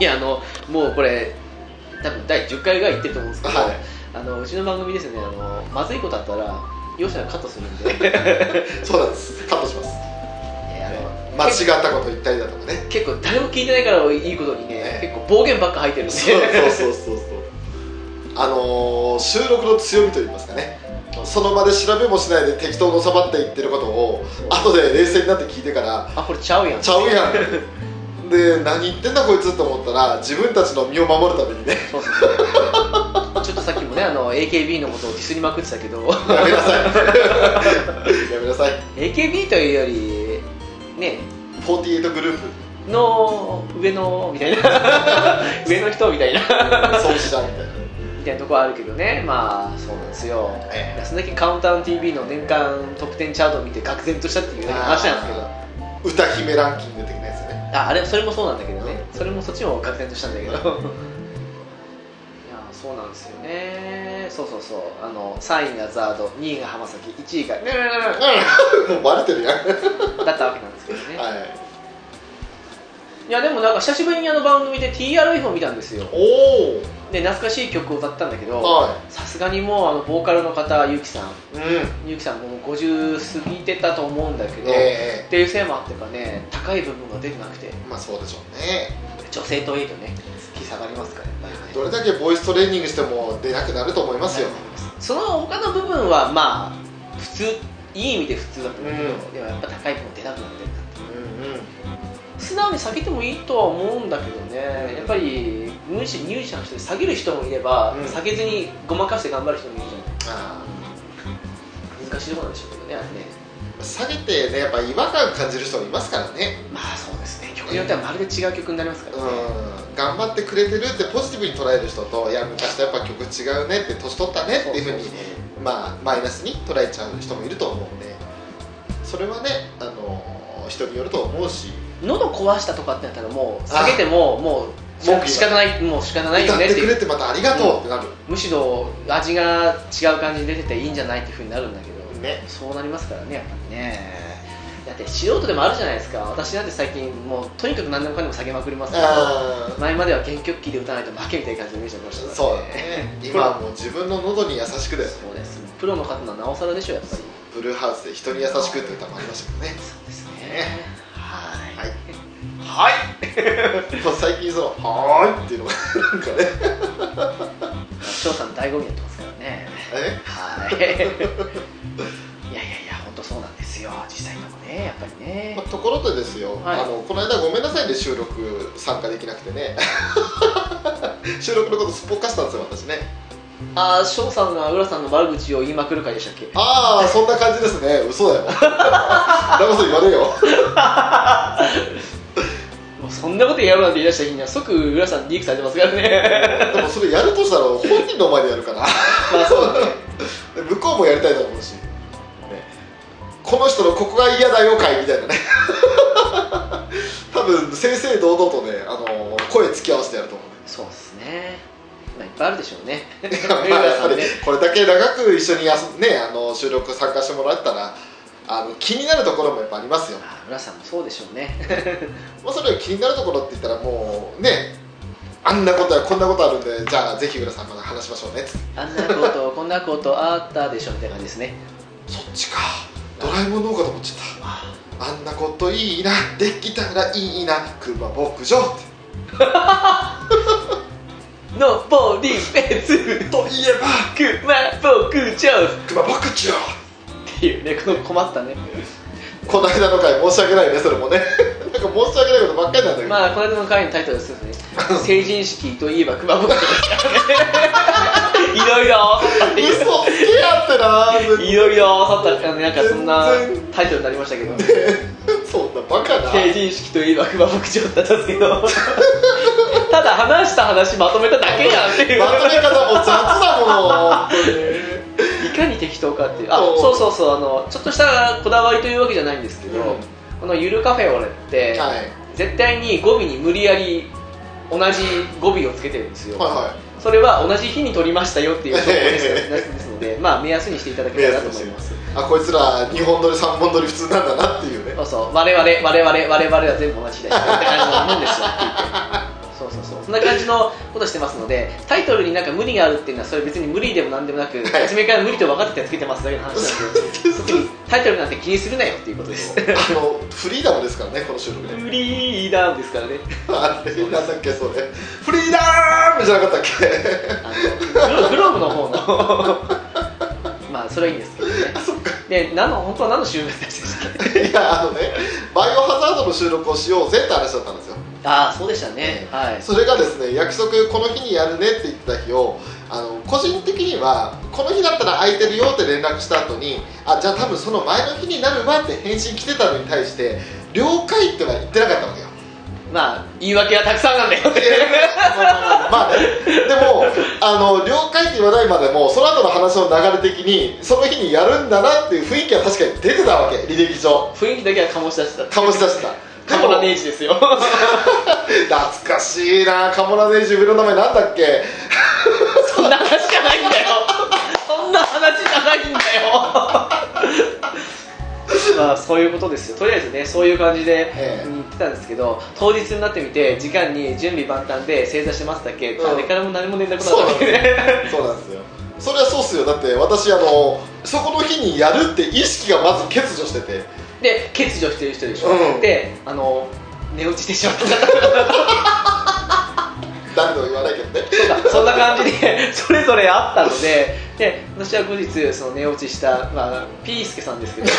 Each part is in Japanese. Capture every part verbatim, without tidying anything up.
いやあのもうこれ多分だいじゅっかいぐらい言ってると思うんですけど、 はい、 あのうちの番組ですね、あのまずいことあったら容赦なくカットするんでそうなんです、カットします。間違ったこと言ったりだとかね、 結構誰も聞いてないからいいことにね、ね結構暴言ばっか入ってるんで、 そうそうそうそうそうあのー、収録の強みといいますかね、その場で調べもしないで適当のさばって言ってることを後で冷静になって聞いてから、 あこれちゃうやんちゃうやんで何言ってんだこいつと思ったら自分たちの身を守るためにね、 そうそうそうちょっとさっきもねあの エーケービー のことをディスりまくってたけどやめなさいやめなさいエーケービー というよりねフォーティーエイトグループの上のみたいな上の人みたいな創始者みたいなみたいなところあるけどね、まあそうなんですよ、ええ、そんだけカウンター ティーブイ の年間トップテンチャートを見て愕然としたっていう話なんですけど、 歌姫ランキング的なやつね。 ああれそれもそうなんだけどね、それもそっちも愕然としたんだけどいやそうなんですよね。そうそうそう、あのさんいがザード、にいが浜崎、いちいがねもうバレてるやんだったわけなんですけどね、 はい、 いやでもなんか久しぶりにあの番組で ティーアールエフ を見たんですよ。 おお。 で懐かしい曲を歌ったんだけど、さすがにもうあのボーカルの方ゆうきさん、うん、ゆうきさんもごじゅう過ぎてたと思うんだけど、えー、っていうせいもあってかね高い部分が出てなくて、 まあそうでしょうね。 女性といいとね突き下がりますからね。 どれだけボイストレーニングしても出なくなると思いますよ。 その他の部分はまあ普通、いい意味で普通だと思うけど、うん、でもやっぱ高い部分出なくなってるなって、うんうん、素直に下げてもいいとは思うんだけどね、やっぱりミュージシャンの人で下げる人もいれば、うん、下げずにごまかして頑張る人もいるじゃん。あ難しいところなんでしょうけどね、あれね。 下げてね、やっぱ違和感感じる人もいますからね。 まあそうですね、曲によってはまるで違う曲になりますからね、 うん、頑張ってくれてるってポジティブに捉える人と、いや昔とやっぱ曲違うねって、年取ったねっていうふうにまあマイナスに捉えちゃう人もいると思うんで、それはね、あの人によると思うし、 喉壊したとかってなったらもう下げてももうもう仕方ない、もう仕方ないよねって歌ってくれてまたありがとうってなる、 うん、むしろ味が違う感じに出てていいんじゃないっていうふうになるんだけど、ね、そうなりますからね、やっぱりね。だって素人でもあるじゃないですか。私なんて最近もうとにかく何でもかんでも下げまくりますけど、前までは原曲キーで歌わないと負けみたいな感じのイメージありましたからね。そうだね今はもう自分の喉に優しくだよ。 そうです、プロの方ならなおさらでしょ、やっぱり。 ブルーハウスで人に優しくって歌もありましたけどね。 そうですね、はいはい、はい、最近その「はーい」っていうのがなんかね翔さん醍醐味やってますからね。 えはいいやいやいや本当そうなんですよ、実際にもね、やっぱりね、 まあ、ところでですよ、はい、あのこの間ごめんなさいね、収録参加できなくてね収録のことすっぽかしたんですよ、私ね。 ああ、翔さんが浦さんの悪口を言いまくる回でしたっけ。 ああ、そんな感じですね。嘘だよだからそ言われよもうそんなことやろうなんて言い出した日には即浦さんリークされてますからねでもそれやるとしたら本人の前でやるかなまあそうだね向こうもやりたいと思うし、ね、この人のここが嫌だよ会みたいなね多分正々堂々とね、あのー、声突き合わせてやると思う。 そうですね、まあ、いっぱいあるでしょうねまあやっぱりこれだけ長く一緒にやす、ね、あの収録参加してもらったらあの気になるところもやっぱありますよ。 浦さんもそうでしょうねまあそれは気になるところって言ったらもうね、あんなことやこんなことあるんで、じゃあぜひ浦さんまだ話しましょうねっつって、 あんなことこんなことあったでしょみたいな感じですね。 そっちか、ドラえもんの方かと思っちゃった。あんなこといいな、できたらいいな、クマ牧場ってのぼり別といえばクマ牧場クマ牧場っていうね、この困ったねこの間の回申し訳ないね、それもねなんか申し訳ないことばっかりなんだけど、 まあこの間の回のタイトルですね成人式といえばクマ牧場いろいろ合わさったっていう嘘つけやってないろいろ合わさった、なんかそんなタイトルになりましたけど、ね、 そんなバカな成人式といえばクマ牧場だったんですけどただ話した話まとめただけやんっていうまとめ方も雑だものいかに適当かっていう。あ、そうそうそう、あのちょっとしたこだわりというわけじゃないんですけど、うん、このゆるカフェオレって、はい、絶対に語尾に無理やり同じ語尾をつけてるんですよ、はいはい、それは同じ日に撮りましたよっていう情報ですのでまあ目安にしていただけたらと思います。 あ、こいつらにほん撮りさんぼん撮り普通なんだなっていうね。 そうそう、我々我々我々は全部同じ日だしって感じのもんですよって言ってそうそうそう、 んな感じのことしてますので、タイトルになんか無理があるっていうのはそれ別に無理でもなんでもなく、はい、初めから無理と分かっててつけてますだけの話なんで特にタイトルなんて気にするなよっていうことですあのフリーダムですからね、この収録ね。 フリーダムですからねあれなんだっけそれ、フリーダムじゃなかったっけあのグローブの方のまあそれはいいんですけどね。 あ、そっか。 で、何の本当は何の収録でしたっけいや、あのね、バイオハザードの収録をしようぜって話だったんですよ。 ああ、そうでしたね、はい。 それがですね、約束この日にやるねって言ってた日を、あの個人的にはこの日だったら空いてるよって連絡した後に、あ、じゃあ多分その前の日になるわって返信来てたのに対して了解っては言ってなかったわけよ。 まあ言い訳はたくさんなんだよってまあね、でもあの了解って言わないまでもその後の話の流れ的にその日にやるんだなっていう雰囲気は確かに出てたわけ、履歴上。 雰囲気だけは醸し出した醸し出したカモラネイジですよ懐かしいな。カモラネイジ、上の名前なんだっけそんな話じゃないんだよそんな話じゃないんだよまあそういうことですよ。とりあえずね、そういう感じで言ってたんですけど、ええ、当日になってみて時間に準備万端で正座してますだけ、うん、誰からも何も連絡なかったわけでそうなんですよ。それはそうっすよ。だって私あのそこの日にやるって意識がまず欠如してて、 で欠如してる人でしょ、うん、であの寝落ちしてしまった誰とも言わないけどね。 そうか、そんな感じでそれぞれあったので、で私は後日その寝落ちした、まあ、ピースケさんですけど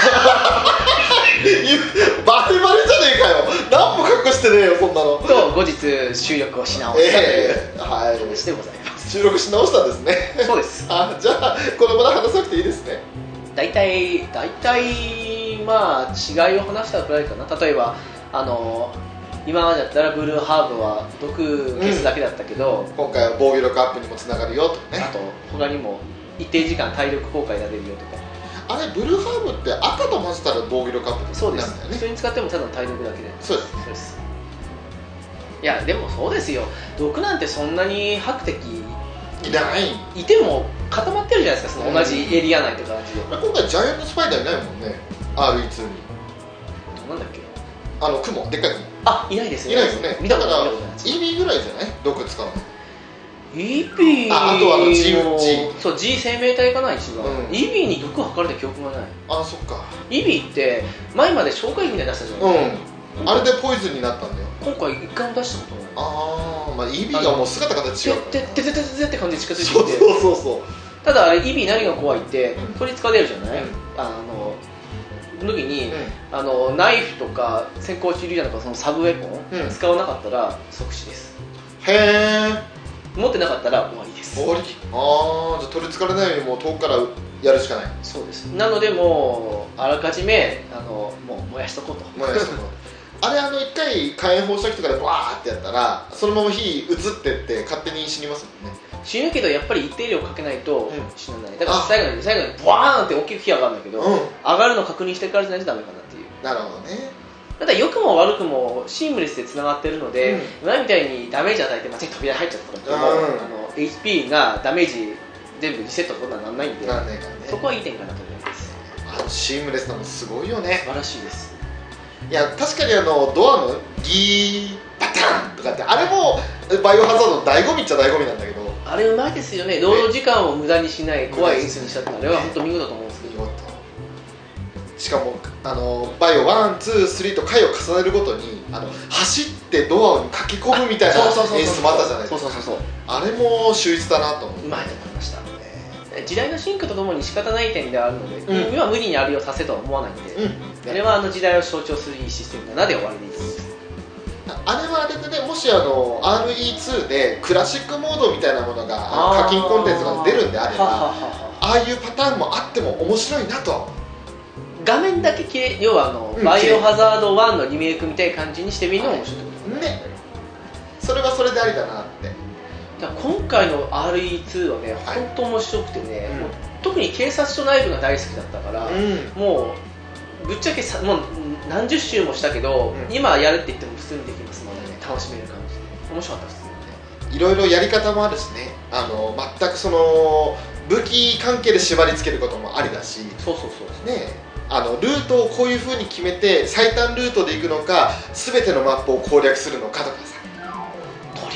バレバレじゃねえかよ、何も隠してねえよそんなのと後日収録をし直したという、 えー、はい、 話でございます。 収録し直したんですね。 そうです。 あ、じゃあこのまま話さなくていいですね。 大体大体まあ違いを話したくらいかな。例えばあの今までだったらブルーハーブは毒消すだけだったけど、 うん、今回は防御力アップにもつながるよとかね。 あと他にも一定時間体力効果が出るよとか。 あれブルーハーブって赤と混ぜたら防御力アップってそうですなんだよね。 普通に使ってもただの体力だけで。 そうです。 そうです。いやでもそうですよ、毒なんてそんなに吐く敵いないいても固まってるじゃないですか、その同じエリア内って感じで。 今回ジャイアントスパイダーいないもんね、 アールイーツー に。 なんだっけ、 あの雲、でっかい雲。 あ、いないですね。 いないですね。 見たことない。 だから イービー ぐらいじゃない毒使うの。 イービーあ、あとはあの G, G そう G 生命体かな一番、 うん、 イービー に毒を吐かれた記憶がない。 あ、そっか。 イービーって前まで消化液みたいに出したじゃないですか。 うん、あれでポイズンになったんだよ。 今回一回も出したことない。 ああ、まあ イービー がもう姿形違うから。 てってってってってって感じで近づいてきて。 そうそうそうそう。 ただあれ イービー 何が怖いって、 うん、 取りつかれるじゃない、うん、あのその時に、うん、あのナイフとか先行手榴弾とかそのサブウェポン、うん、使わなかったら即死です。 へえ。 持ってなかったら終わりです。 終わり。ああ、じゃあ取りつかれないようにもう遠くからやるしかない。 そうです。なのでもうあらかじめあのもう燃やしとこうと。 燃やしとこうあれあの一回火炎放射器とかでバーってやったらそのまま火移ってって勝手に死にますもんね。 死ぬけどやっぱり一定量かけないと死なない、うん、だから最後に最後にバーンって大きく火上がるんだけど、うん、上がるの確認してからじゃないとダメかなっていう。 なるほどね。 ただ良くも悪くもシームレスでつながってるので、うん、今みたいにダメージ与えて街に扉入っちゃったとかも、うん、あの エイチピー がダメージ全部リセットとかにはならないんで、 なんねかね、 そこはいい点かなと思います。 あのシームレスなのすごいよね。 素晴らしいです。 いや確かにあのドアのギーパタンとかってあれもバイオハザードの醍醐味っちゃ醍醐味なんだけど、 あれうまいですよね。労働時間を無駄にしない怖い演出にしたってあれは本当見事だと思うんですけど、 しかもあのバイオワン、ツー、スリーと回を重ねるごとにあの走ってドアに駆け込むみたいな演出もあったじゃないですか。 そうそうそうそう、 あれも秀逸だなと思う。 うまいと思いました。時代の進化とともに仕方ない点であるので、うん、今は無理にあれをさせとは思わないので、うん、あれはあの時代を象徴するいいシステムだなで終わりでいいです。 あれはあれでね、もしあの アールイーツー でクラシックモードみたいなものが課金コンテンツが出るんであれば、ああいうパターンもあっても面白いなと。 画面だけきれい、要はあの、うん、バイオハザードワンのリメイクみたいな感じにしてみるのも面白いことね。それはそれでありだなって。今回の アールイーツー はね、はい、本当面白くてね、うん、もう特に警察署内部が大好きだったから、うん、もうぶっちゃけさもう何十周もしたけど、うん、今やるって言っても普通にできますので、ね、楽しめる感じで面白かったですね。 いろいろやり方もあるしね、あの全くその武器関係で縛り付けることもありだし、 そうそうそうね、あのルートをこういう風に決めて最短ルートで行くのか全てのマップを攻略するのかとかさ、 とり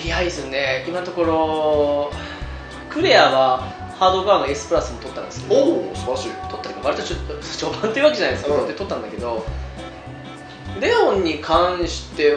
早いですね。今のところクレアはハードガーの S プラスも取ったんですけど、 おお素晴らしい。 取ったけど割とちょ序盤っていうわけじゃないですけど、うん、で取ったんだけど、レオンに関して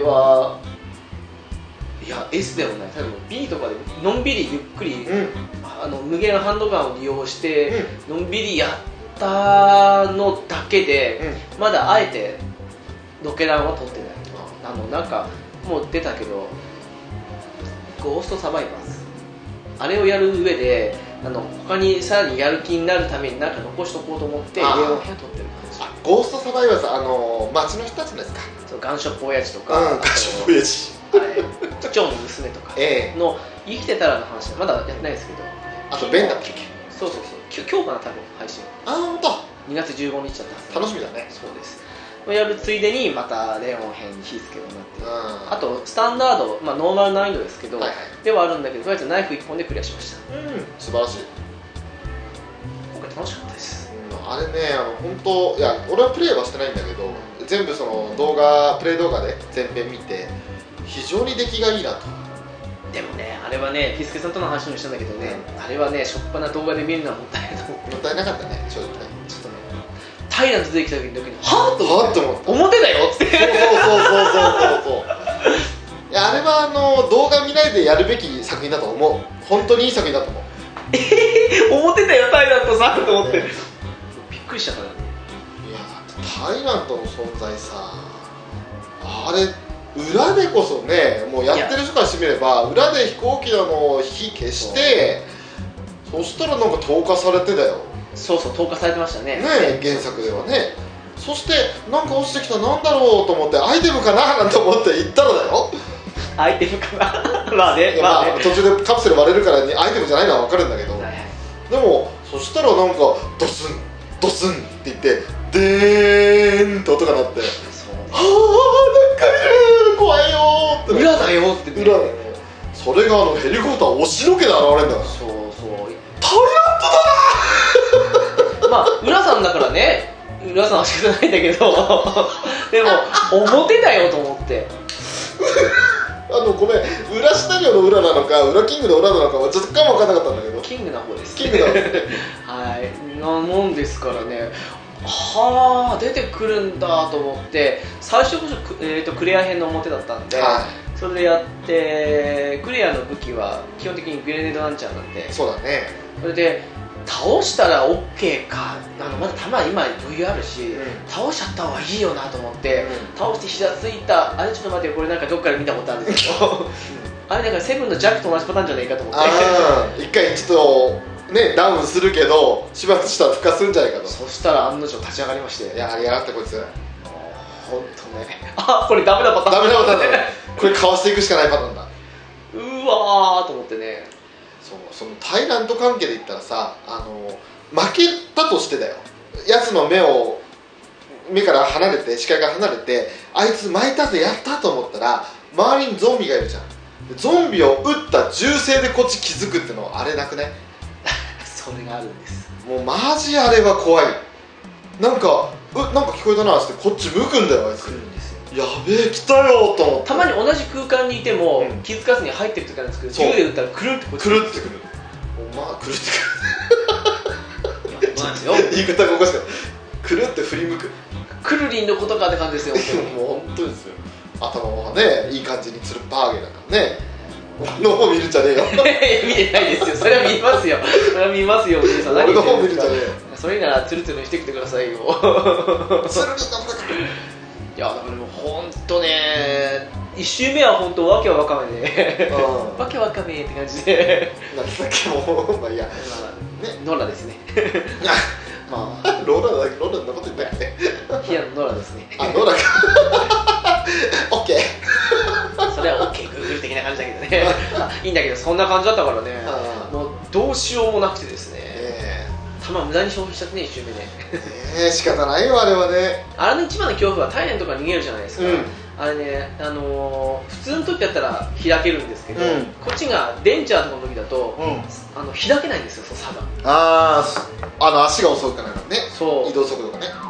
はいや S でもない、多分 B とかでのんびりゆっくり、うん、あの無限ハンドガンを利用して、うん、のんびりやったのだけで、うん、まだあえてロケランは取ってない。あのなんかもう出たけどゴーストサバイバーズあれをやる上であの他にさらにやる気になるために何か残しとこうと思ってレオン編取ってる感じ。 あゴーストサバイバーズ、あの街の人たちですか。 そうガンショップ親父とか、 うん、ガンショップ親父、 市長の娘とかの生きてたらの話はまだやってないですけど、 あとベンダム、 そうそうそう、今日かな多分配信。 あ本当。 にがつじゅうごにちだったんです。 楽しみだね。 そうです。やるついでにまたレオン編に火付けをなって、うん、あとスタンダード、まあ、ノーマル難易度ですけど、はいはい、ではあるんだけどとりあえずナイフいっぽんでクリアしました。 うん、素晴らしい。 今回楽しかったです。 うん、あれね、あの本当いや俺はプレイはしてないんだけど、うん、全部その動画プレイ動画で全編見て非常に出来がいいなと。 でもね、あれはね、ピスケさんとの話もしたんだけどね、うん、あれはね、しょっぱな動画で見るのはもったいないと思って。 もったいなかったね、正直ね。 ちょっとね、タイラント出てきた時に、はぁとはぁと思った。 表だよっつって。そうそうそうそうそうそういや、あれはあの動画見ないでやるべき作品だと思う。本当にいい作品だと思う。 えー、表だよ、タイラントさと思って。びっくりしちゃったね。 いや、タイラントの存在さ、あれ、裏でこそね、もうやってる人からしてみれば裏で飛行機なのを火消して、そしたらなんか投下されてだよ。 そうそう、投下されてましたね。 ね、原作ではね。そしてなんか落ちてきた、なんだろうと思ってアイテムかななんて思って行ったらだよ。 アイテムかなまあね、まあね、 途中でカプセル割れるからにアイテムじゃないのは分かるんだけど、はいはい、でもそしたらなんかドスンドスンって言ってデーンって音が鳴って、はあ、なんかいる、怖いよーって、 裏だよって、ね、 裏だよ。それがあのヘリコプター押しのけで現れるんだから。 そうそう、 タイラントだなまあ浦さんだからね、浦さんは仕方ないんだけどでも表だよと思ってあのごめん、裏シナリオの裏なのか裏キングの裏なのかは若干分からなかったんだけど、 キングな方です、 キングな方はいなもんですからね。はあ、出てくるんだと思って、最初こそ、えー、とクレア編の表だったんで、はい、それでやってクレアの武器は基本的にグレネードランチャーなんで、 そうだね。 それで倒したら OK か、あのまだ弾今余裕あるし、うん、倒しちゃった方がいいよなと思って、うん、倒して膝ついた、あれちょっと待って、これなんかどっかで見たことあるんですけどあれなんかセブンのジャックと同じパターンじゃないかと思って、 一回ちょっとね、ダウンするけど始末したら復活するんじゃないかと。 そしたら案の定立ち上がりまして、 いや、ありやがってこいつ、 ほんとね、あ、これダメなパターン、 ダメなパターンだねこれかわしていくしかないパターンだ。 うわーと思ってね。 そう、そのタイラント関係で言ったらさ、あの負けたとしてだよ、やつの目を目から離れて、視界から離れて、あいつ巻いたぜ、やったと思ったら周りにゾンビがいるじゃん。ゾンビを撃った銃声でこっち気づくってのはあれなくねそれがあるんです。 もうマジあれは怖い。なんかうなんか聞こえたなってこっち向くんだよ、あいつ。来るんですよ。やべえ、来たよと思って。 たまに同じ空間にいても、うん、気づかずに入ってる時あるんですけど、銃で撃ったらくるってこっちくるってくる。おまあくるってくるそうなんですよ言い方がおかしかった。くるって振り向く。 くるりんのことかって感じですよもう本当ですよ。頭がね、いい感じにつるっぱーげだからね。の方見るんじゃねえよ見てないですよ。それは見ますよ。それは見ますよ。おじさん、 俺の方見るんじゃねえよ。 それならツルツルにしてきてくださいよ。 ツルリのいや、だからもう本当ね、一周目は本当わけわかめで、わけわかめって感じで。 なんだっけ、もうまあいいや。ね、 ノラですね。 まあローラだけローラのこと言ったよね。 ヒアのノラですね。 あ、ノラか。オッケー。それは OK グーグル的な感じだけどねいいんだけど、そんな感じだったからね、もうどうしようもなくてですね、えー、弾無駄に消費しちゃってね、一周目でえー、仕方ないよ、あれはね。 あれの一番の恐怖はタイレンとか逃げるじゃないですか、うん、あれね、あのー、普通の時だったら開けるんですけど、うん、こっちがデンチャーとかの時だと、うん、あの開けないんですよ、その差が。 ああ、あの足が遅いからね、 そう、 移動速度がね。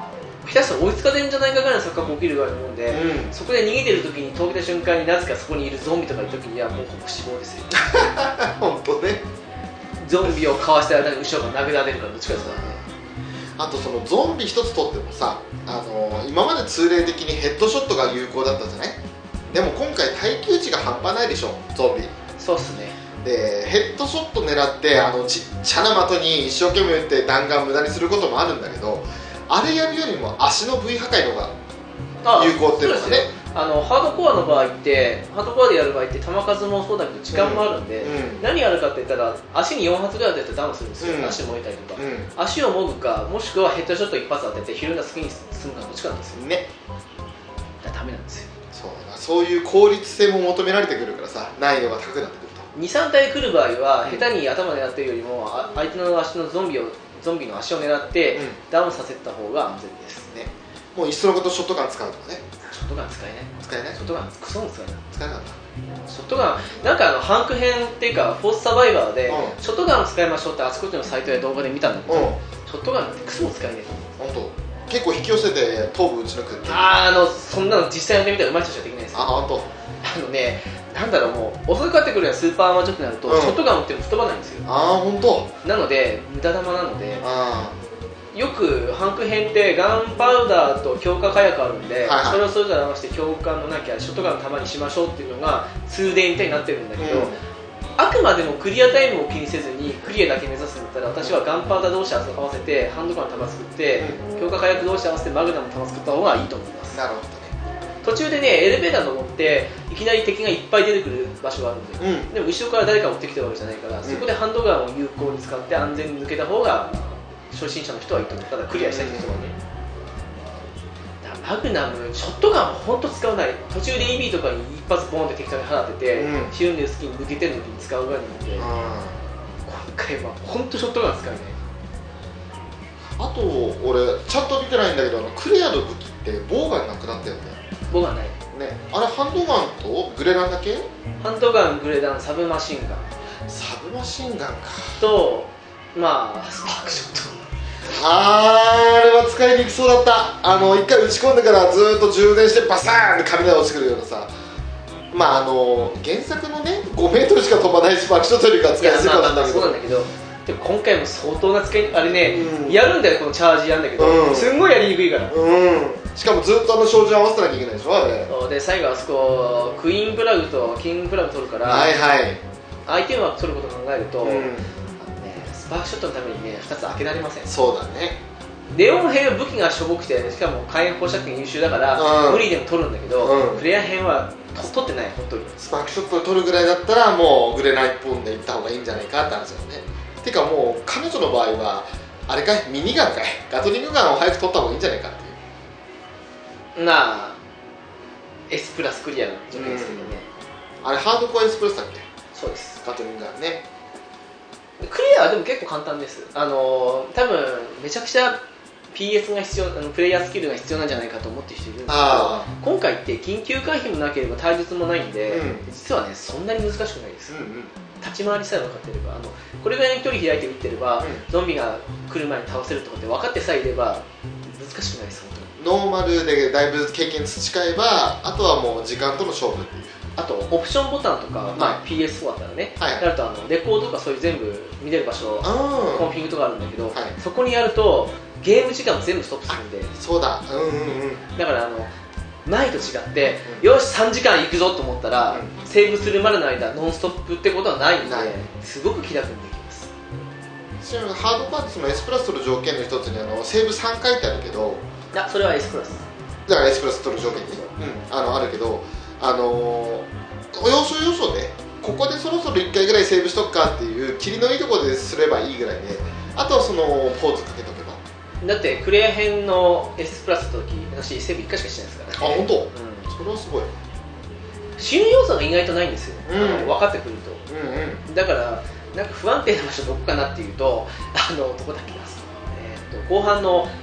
下手したら追いつかれるんじゃないかぐらいの錯覚起きるぐらいのもんで、 うん、 そこで逃げてる時に遠けた瞬間になぜかそこにいるゾンビとかいる時にはもうほぼ死亡ですよ本当ね。 ゾンビをかわしてる間に後ろから殴られるからどっちかですからね。 あとそのゾンビ一つとってもさ、あのー、今まで通例的にヘッドショットが有効だったじゃない。でも今回耐久値が半端ないでしょゾンビ。 そうっすね。 でヘッドショット狙ってあのちっちゃな的に一生懸命打って弾丸無駄にすることもあるんだけど、あれやるよりも足の部位破壊の方が有効っていうのがね。 あのハードコアの場合ってハードコアでやる場合って球数もそうだけど時間もあるんで、うんうん、何やるかって言ったら足によん発ぐらい当ててダウンするんですよ、うん、足燃えたりとか、うん、足をもぐかもしくはヘッドショット一発当てて昼が好きに進むかどっちかなんですよね。だからダメなんですよ。 そうだ、そういう効率性も求められてくるからさ、難易度が高くなってくると。 にさん体来る場合は下手に頭狙ってるよりも相手の足のゾンビをゾンビの足を狙ってダウンさせた方が安全ですね。 もういっそのことショットガン使うとかね。 ショットガン使えない使えない。 ショットガンクソも使えない。 使えなかった。 ショットガンなんかあのハンク編っていうかフォースサバイバーで、うん、ショットガンを使いましょうってあちこちのサイトや動画で見たんだけど、うん、ショットガンってクソも使えない。 本当。結構引き寄せて頭部打ち抜くっていう。 ああのそんなの実際やってみたらうまい人しかできないですよ。 あ本当。 あのね、なんだろう、もう襲いかかってくるようなスーパーマンジョってなると、うん、ショットガン撃っても吹っ飛ばないんですよ。 ああ本当。 なので無駄玉なので、あよくハンク編ってガンパウダーと強化火薬あるんで、はいはい、それをそれぞれ合わせて強化のなきゃショットガンの弾にしましょうっていうのが通電みたいになってるんだけど、うん、あくまでもクリアタイムを気にせずにクリアだけ目指すんだったら、私はガンパウダー同士合わせてハンドガンの弾作って、うん、強化火薬同士合わせてマグナムの弾作った方がいいと思います。 なるほどね。 途中でねエレベーター登っていきなり敵がいっぱい出てくる場所があるんで、うん、でも後ろから誰か追ってきてるわけじゃないから、うん、そこでハンドガンを有効に使って安全に抜けた方が初心者の人はいいと思う。ただクリアしたい人はね、だからマグナムショットガンは本当使わない。途中で イービー とかに一発ボンって適当に放ってて、うん、ひるんでる隙に抜けてる時に使うぐらいなので、うん、今回は本当ショットガン使えない。 あと俺ちゃんと見てないんだけど、あのクレアの武器ってボウガンなくなったよね。 ボウガンないね。あれハンドガンとグレランだけ？ ハンドガン、グレラン、サブマシンガンサブマシンガンかと、まあスパークショット。 あー、あれは使いにくそうだった。あの一回打ち込んでからずっと充電してバサーンって雷落ちてくるようなさ。まああの原作のねごメートルしか飛ばないスパークショットよりか使いやすいかなんだけど、 そうなんだけど、でも今回も相当な使い、あれね、うん、やるんだよこのチャージやるんだけど、うん、すんごいやりにくいから、 うん、しかもずっとあの照準合わせなきゃいけないでしょあれ。 そうで最後あそこクイーンプラグとキングプラグ取るから、 はいはい、 アイテムは取ることを考えると、うん、あのね、スパークショットのためにねふたつ開けられません。 そうだね。 レオン編は武器がしょぼくてしかも火炎放射器が優秀だから、うん、無理でも取るんだけど、うん、フレア編は取ってない本当に。 スパークショットを取るぐらいだったらもうグレナイポンで行った方がいいんじゃないかって話だよね。てかもう彼女の場合はあれかい、ミニガンかい、ガトリングガンを早く取った方がいいんじゃないかっていう。 なあ S プラスクリアの条件ですけどね、 うん、あれハードコア S プラスだっけ。 そうです、 ガトリングガンね。 クリアはでも結構簡単です。あの多分めちゃくちゃ ピーエス が必要、あのプレイヤースキルが必要なんじゃないかと思ってる人いるんですけど、今回って緊急回避もなければ体術もないんで、うん、実はねそんなに難しくないです、うんうん、立ち回りさえ分かっていれば、あのこれぐらいの距離開いて打ってれば、うん、ゾンビが来る前に倒せるとかって分かってさえいれば難しくないです。本当にノーマルでだいぶ経験培えば、あとはもう時間との勝負っていう。 あとオプションボタンとか、はい、まあ、ピーエスフォー だったらね、はい、やるとあのレコードとかそういう全部見れる場所コンフィグとかあるんだけど、はい、そこにやるとゲーム時間も全部ストップするんで。 そうだ、うんうんうん、 だからあの前と違って、うん、よしさんじかん行くぞと思ったら、うん、セーブするまでの間ノンストップってことはないんで、すごく気楽にできます。 ちなみにハードパーツの S プラス取る条件の一つにあのセーブさんかいってあるけど、 いやそれは S プラスだから S プラス取る条件に、うん、あのあるけど、あのー、要所要所でここでそろそろいっかいぐらいセーブしとくかっていう霧のいいところですればいいぐらいで、あとはそのポーズかけとけば。 だってクレア編の S プラスの時私セーブいっかいしかしてないですからね。 あ、本当、うん、それはすごい。 支援要素が意外とないんですよ、うん、分かってくると、 うんうん、 だからなんか不安定な場所どこかなっていうと、あのどこだっけな、えー、と後半の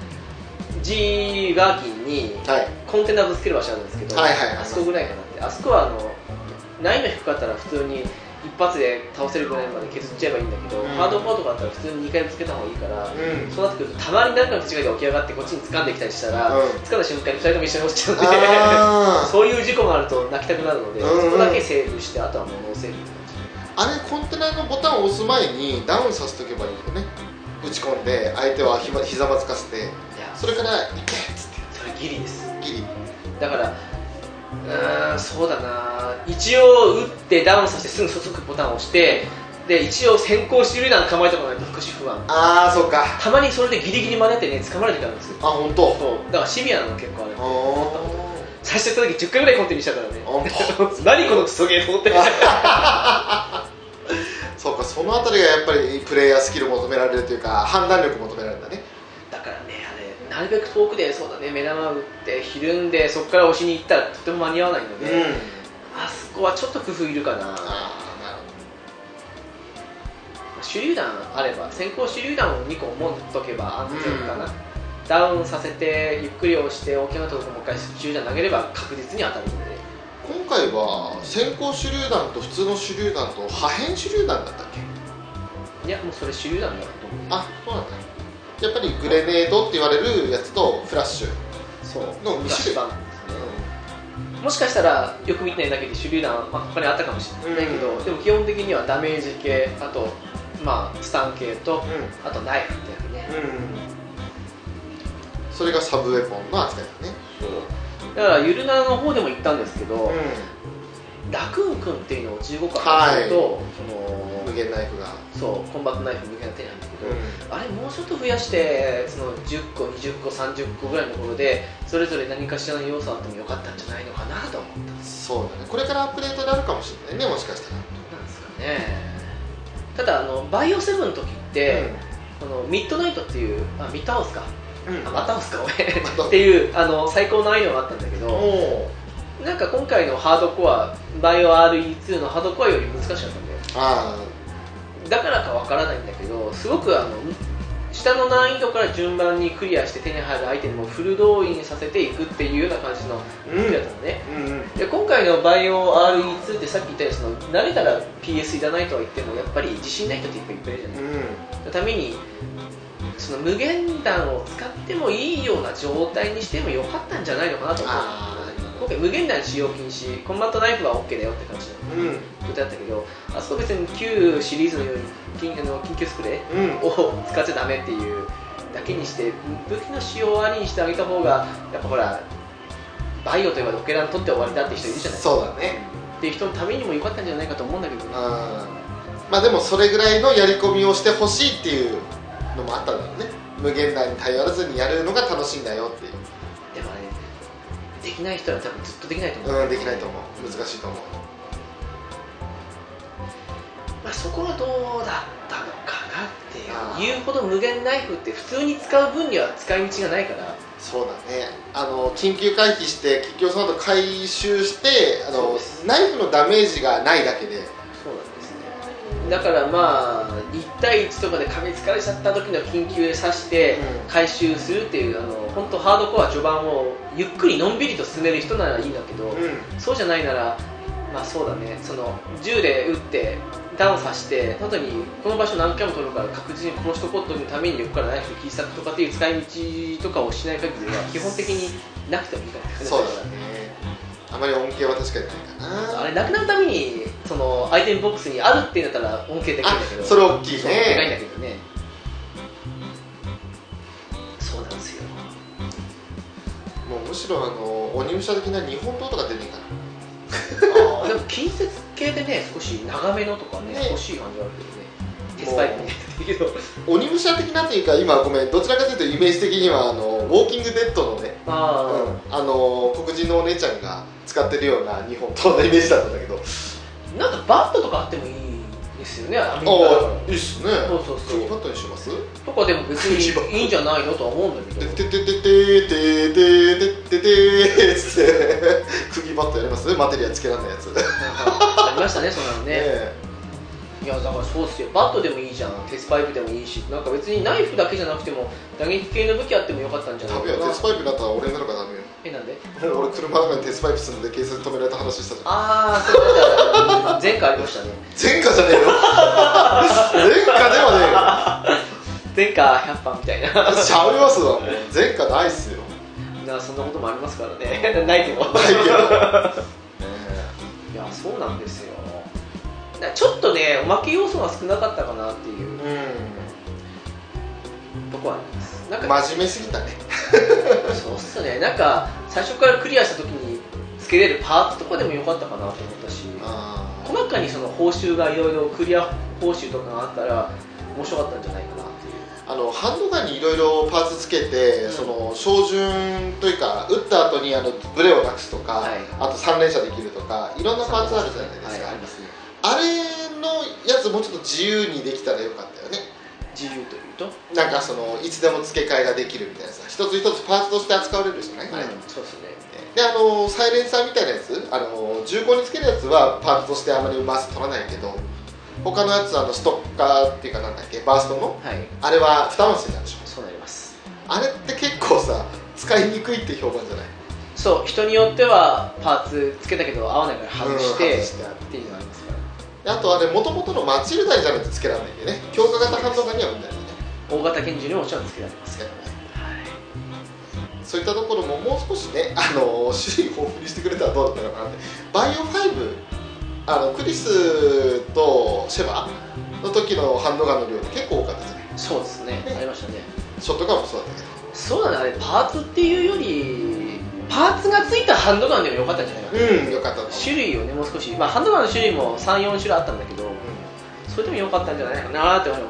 G ガーキンにコンテナぶつける場所あるんですけど、はいはいはいはい、あそこぐらいかなって。あそこはあの難易度低かったら普通に一発で倒せるぐらいまで削っちゃえばいいんだけど、うん、ハードコアとかだったら普通ににかいぶつけた方がいいから、うん、そうなってくるとたまに何かの違いで起き上がってこっちに掴んできたりしたら、うん、掴んだ瞬間にふたりとも一緒に落ちちゃうのでそういう事故があると泣きたくなるので、うん、そこだけセーブしてあとは物をセーブって感じ。あれコンテナのボタンを押す前にダウンさせておけばいいよね。打ち込んで相手はひざまずかせて、それから「いけ!」っつって。 それギリです。 ギリだからうーんそうだな、一応打ってダウンさせてすぐ速くボタンを押してで一応先行手榴弾構えておかないと少し不安。 ああそうか。 たまにそれでギリギリまでってね掴まれてたんですよ。 あ本当。 そうだからシビアなの結構ある。最初やった時じゅっかいぐらいコンティニューしたからね何このクソゲーと思ってそうか、そのあたりがやっぱりプレイヤースキル求められるというか判断力求められるんだね。 だからねあれなるべく遠くでそうだね目玉打ってひるんでそこから押しに行ったらとても間に合わないので、うん、あそこはちょっと工夫いるかな。あなるほど。手榴弾あれば先行手榴弾をにこ持っとけば安全かな、うん、ダウンさせてゆっくり押して大きなところもう一回手榴弾投げれば確実に当たるので。 今回は先行手榴弾と普通の手榴弾と破片手榴弾だったっけ。 いやもうそれ手榴弾だと思う。 あそうなんだ。やっぱりグレネードって言われるやつとフラッシュのに種類。 もしかしたらよく見てないだけで手榴弾は、まあ、他にあったかもしれないけど、うん、でも基本的にはダメージ系、あと、まあ、スタン系と、うん、あとナイフってやつね、 うん、それがサブウェポンの扱いだね。 そうだからゆるなの方でも言ったんですけど、うん、ラクーン君っていうのをじゅうごかすると、はい、その無限ナイフがそうコンバットナイフ無限な手なんだけど、うん、あれもうちょっと増やしてそのじゅっこにじゅっこさんじゅっこぐらいのところでそれぞれ何かしらの要素あってもよかったんじゃないのかなと思った。 そうだね、これからアップデートになるかもしれないね、もしかしたら。どうなんですかね。ただあのバイオセブンの時って、うん、あのミッドナイトっていうあミッドハウスか、うん、あまたハウスかっていうあの最高難易度があったんだけど、なんか今回のハードコアバイオ アールイーツー のハードコアより難しかったんだよ。あだからかわからないんだけど、すごくあの下の難易度から順番にクリアして手に入るアイテムをフル動員させていくっていうような感じのクリアだったのね、うんうん、で今回のバイオ アールイーツー ってさっき言ったようにその慣れたら ピーエス いらないとは言ってもやっぱり自信ない人っていっぱいいっぱいいるじゃない、うん、そのためにその無限弾を使ってもいいような状態にしてもよかったんじゃないのかなと思う。今回無限弾使用禁止、コンバットナイフは OK だよって感じのことだったけど、うん、あそこ別に旧シリーズのように緊あの緊急スプレーを使っちゃダメっていうだけにして武器の使用をありにしてあげた方がやっぱほらバイオといえばロケラン取って終わりだって人いるじゃないですか。 そうだねっていう人のためにも良かったんじゃないかと思うんだけどね。 あまあでもそれぐらいのやり込みをしてほしいっていうのもあったんだろうね。無限弾に頼らずにやるのが楽しいんだよっていう。 でもねできない人は多分ずっとできないと思う。 うん、できないと思う。難しいと思う。 まあそこはどうだったのかなっていう言うほど無限ナイフって普通に使う分には使い道がないから。 そうだね。あの緊急回避して結局その後回収してあのナイフのダメージがないだけで。 そうなんですね。だからまあいち対いちとかで噛みつかれちゃった時の緊急で刺して回収するっていう、あの本当ハードコア序盤をゆっくりのんびりと進める人ならいいんだけど、うん、そうじゃないならまあそうだね、その銃で撃ってダウンさせて後にこの場所何回も取るから確実に殺しとこうというために横からナイフ切り裂くとかっていう使い道とかをしない限りは基本的になくてもいいかな。 そうだね。あまり恩恵は確かにないかな。 あれなくなるためにそのアイテムボックスにあるっていうんだったら恩恵できるんだけど、 それ大きいね。 でかいんだけどね。そうなんですよ。 もうむしろあの鬼武者的な日本刀とか出ねえかな。 あでも近接系でね少し長めのとかね、ね欲しい感じはあるけどね。デスパイプみたいなけど鬼武者的なっていうか今ごめんどちらかというとイメージ的にはあのウォーキングデッドのねあ、うん、あの黒人のお姉ちゃんが使ってるような日本刀のイメージだったんだけど、 なんかバットとかあってもいいですよね。ああいいっすね。そうそうそう。釘バットにしますとかでも別にいいんじゃないのとは思うんだけど。 ててててててててててつって釘バットやります？マテリアつけられないやつ。 ありましたねそんなのね。ねいいやだからそうっすよ、バットでもいいじゃん、鉄パイプでもいいし、なんか別にナイフだけじゃなくても打撃系の武器あってもよかったんじゃないかな。 多分鉄パイプだったら俺なのかダメよ。 え、なんで？ もう俺車の中に鉄パイプ積んで警察に止められた話したじゃん。 ああ、そうだ、前回ありましたね。 前科じゃねえよ前科ではね前科ひゃっぱんみたいな。 えよちゃいますわ、もう前科ないっすよ。 な、そんなこともありますからね。ないけどないけどいや、そうなんですよ。だちょっとね、おまけ要素が少なかったかなっていう、 うとこはあります。なんんか真面目すぎたねそうっすね、なんか最初からクリアした時につけれるパーツとかでもよかったかなと思ったし、 あ細かにその報酬がいろいろクリア報酬とかがあったら面白かったんじゃないかなっていう。 あのハンドガンにいろいろパーツつけて、うん、その照準というか撃った後にあのブレをなくすとか、はい、あとさん連射できるとかいろんなパーツあるじゃないですか、はい、ありますね。あれのやつもうちょっと自由にできたらよかったよね。 自由というとなんかそのいつでも付け替えができるみたいなさ、一つ一つパーツとして扱われるじゃない、うん、 そうですね。 であのサイレンサーみたいなやつ、あの銃口につけるやつはパーツとしてあまり回す取らないけど、他のやつあのストッカーっていうかなんだっけ、バーストの、はい、あれは二回しなんでしょ。 そうなります。あれって結構さ使いにくいって評判じゃない。 そう、人によってはパーツつけたけど合わないから外して、うん、外してっていうのがありますから。 あとあれ元々のマチルダイじゃなくてつけられないんでね、強化型ハンドガンには無理だよね。 大型拳銃にももちろんつけられますけどね、はい、 そういったところももう少しね、あの種類豊富にしてくれたらどうだったのかなって。バイオファイブ、あのクリスとシェバの時のハンドガンの量って結構多かったじゃない。 そうですね、ね、ありましたね。 ショットガンもそうだったけど、 そうだね、あれパーツっていうよりパーツがついたハンドガンでもよかったんじゃないかな。 うん、よかった。 種類をね、もう少し、まあ、ハンドガンの種類もさん、よん種類あったんだけど、うん、それでもよかったんじゃないかなって思って。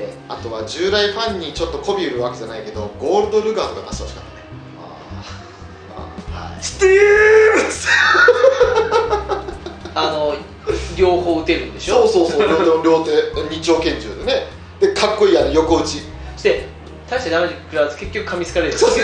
あとは従来ファンにちょっと媚び売るわけじゃないけど、ゴールドルガーとか出してほしかったね。 ああ、スティールあの両方撃てるんでしょ。 そうそうそう、両手両手二丁拳銃でね、でかっこいいあの横打ちして大してダメージ食らわず結局噛みつかれる。 そう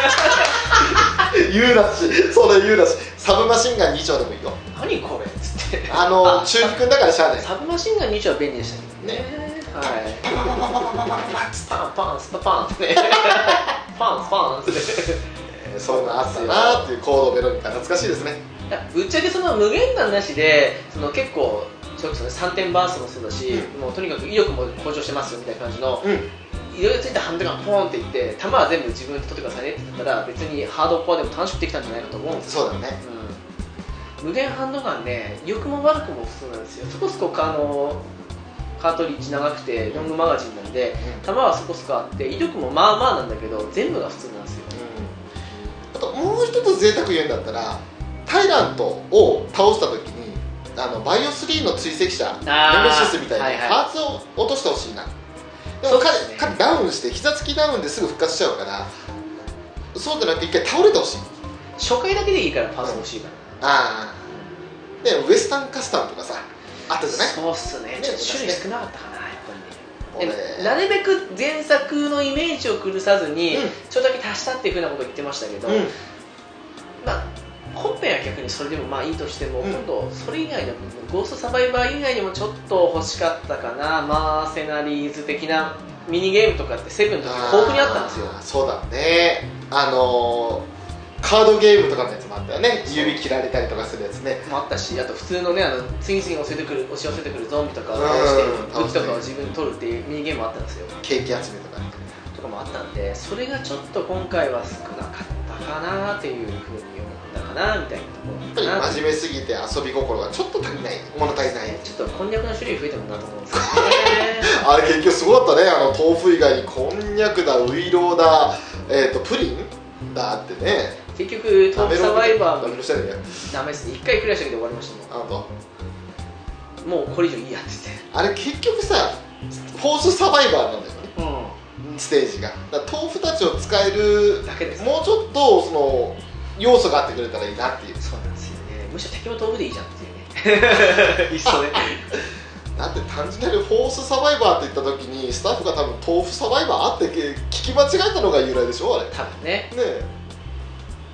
言うなし、そうだ言うなし、サブマシンガンに丁でもいいよ。 何これっつって、 あの中二君だからしゃあない。 サブマシンガンに丁は便利でしたけどね。はい、パンパンパンパンパンパンパンパンスパパンってパンスパンってそういうのあったなっていうコードベロニカ懐かしいですね。 ぶっちゃけその無限弾なしでその結構それこそねさんてんバーストもそうだし、うん、もうとにかく威力も向上してますよみたいな感じの、うんいろいろついたハンドガンポーンっていって弾は全部自分で取ってくださいねって言ったら別にハードコアでも楽しくできたんじゃないかと思うんですよ。 そうだね、 うん、無限ハンドガンね、良くも悪くも普通なんですよ。そこそこあのカートリッジ長くてロングマガジンなんで、うん、弾はそこそこあって威力もまあまあなんだけど全部が普通なんですよ、 うん、あともう一つ贅沢言うんだったらタイラントを倒した時にあのバイオスリーの追跡者ネメシスみたいな、はいはい、パーツを落としてほしいな。でも彼、ね、彼ダウンして膝つきダウンですぐ復活しちゃうから、そうじゃなくて一回倒れてほしい。 初回だけでいいからパーツ欲しいから、 うん、ああでウエスタンカスタムとかさあったじゃない。 そうっすね、ちょっと種類少なかったかなやっぱりね。なるべく前作のイメージを崩さずに、うん、ちょっとだけ足したっていうふうなことを言ってましたけど、うん、まあ本編は逆にそれでもまあいいとしても、うん、今度それ以外でもゴーストサバイバー以外にもちょっと欲しかったかな。マーセナリーズ的なミニゲームとかってセブンの時豊富にあったんですよ。 そうだね、あのー、カードゲームとかのやつもあったよね。指切られたりとかするやつねもあったし、あと普通のね、あの次々押せてくる押し寄せてくるゾンビとかを倒して武器とかを自分に取るっていうミニゲームもあったんですよ。 ケーキ集めとかねとかもあったんで、それがちょっと今回は少なかったかなっていうふうに思ったかなみたいなところ。 やっぱり真面目すぎて遊び心がちょっと足りない、物足りない。 ちょっとこんにゃくの種類増えてもなと思うんですよねあれ結局すごかったね。あの豆腐以外にこんにゃくだ、ウイローだ、えー、とプリンだってね。 結局豆腐サバイバーもダメですね。いっかいクリアしたけど終わりましたもん。あともうこれ以上いいやって言って。 あれ結局さフォースサバイバーなんだよね、うん、ステージが。だから豆腐たちを使えるだけです。 もうちょっとその要素があってくれたらいいなっていう。 そうなんですよね。むしろ敵も豆腐でいいじゃんっていうねいっそねだって単純にフォースサバイバーって言った時にスタッフが多分豆腐サバイバーあって聞き間違えたのが由来でしょあれ。 多分ね。 ねえ。 い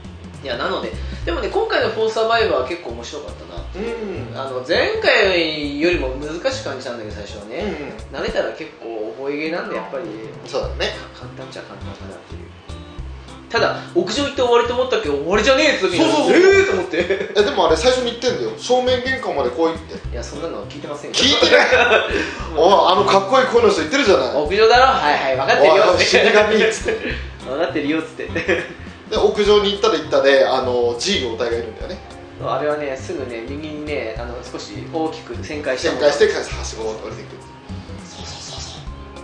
いやなのででもね今回のフォーサバイバーは結構面白かったな。 うんあの前回よりも難しく感じたんだけど最初はね、 うんうん、 慣れたら結構覚えゲーなんでやっぱりそうだね簡単っちゃ簡単かなっていう。ただ屋上行って終わりと思ったけど終わりじゃねえって時にそうそうそうえーと思ってえでもあれ最初に言ってんだよ正面玄関まで来いって。 いやそんなの聞いてませんよ。 聞いてないおあのかっこいい声の人言ってるじゃない。 屋上だろはいはい分かってるよおいって死神っつって分かってるよっつってで屋上に行ったら行ったであの G の隊がいるんだよね。 あれはねすぐね右にねあの少し大きく旋回して旋回してはしごを降りていく。 そうそうそうそう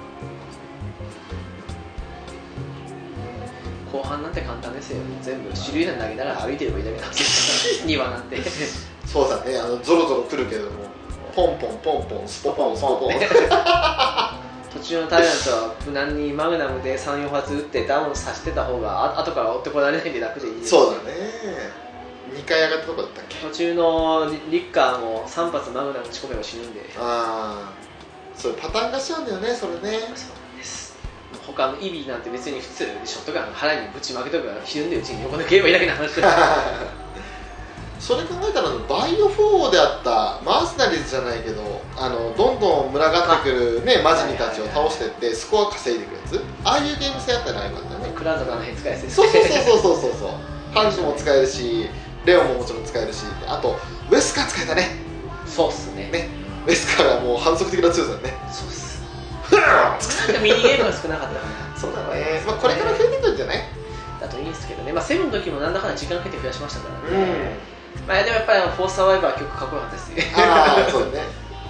後半なんて簡単ですよ。全部手榴弾投げながら歩いてればいいだけなんですよ庭なんてそうだねあのゾロゾロ来るけどもポンポンポンポンスポポンスポポン途中のタイラントは無難にマグナムでさん、よん発撃ってダウンさせてた方があ後から追ってこられないんで楽でいいです。 そうだねにかい上がったとこだったっけ。 途中のリッカーもさん発マグナム打ち込めば死ぬんで。 ああそういうパターンがしちゃうんだよねそれね。 そうなんです他のイビーなんて別に普通ショットガン腹にぶちまけとくから死ぬんでうちに横抜ければいいだけの話だそれ考えたらバイオフォーであったマースナリーズじゃないけどあのどんどん群がってくる、ね、マジニたちを倒していってスコア稼いでいくやつああいうゲーム性あったらよかったよね。 クラウドとかの辺使いやすいですそうね。 そうそうそうそうそうそうハンスも使えるしレオンももちろん使えるしあとウェスカー使えたね。 そうっすねねウェスカーがもう反則的な強さだね。 そうっすなんかミニゲームが少なかったかなそうだね、まあ、これから増えてくるんじゃないだといいんですけどね、まあ、セブンの時もなんだかんだ時間かけて増やしましたからね、 うんまあ、でもやっぱりフォースサバイバー曲かっこよかったですね。 ああそうだね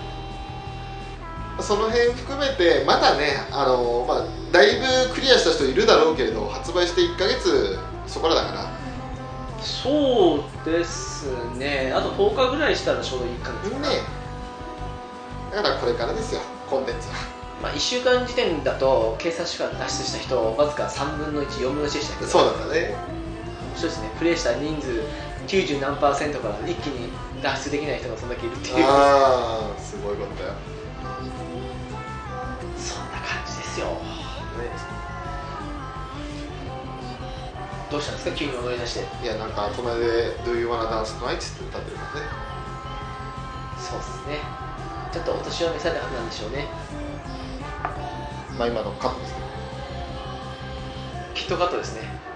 その辺含めてまだねあの、まあ、だいぶクリアした人いるだろうけれど発売していっかげつそこらだからそうですねあととおかぐらいしたらちょうどいいかげつかな、 ねだからこれからですよコンテンツは。 まあ、いっしゅうかん時点だと警察署から脱出した人わずかさんぶんのいち、よんぶんのいちでしたけどそうなんだね。 面白いですねプレイした人数きゅうじゅう何パーセントから一気に脱出できない人がそんだけいるっていうああすごいことだよ、ね、 そんな感じですよ。どうしたんですか急に踊り出して。 いやなんか隣で Do you wanna dance tonight? って歌ってるからね。 そうですねちょっとお年を召された方なんでしょうね。 まあ今のカットですね。 きっとカットですね。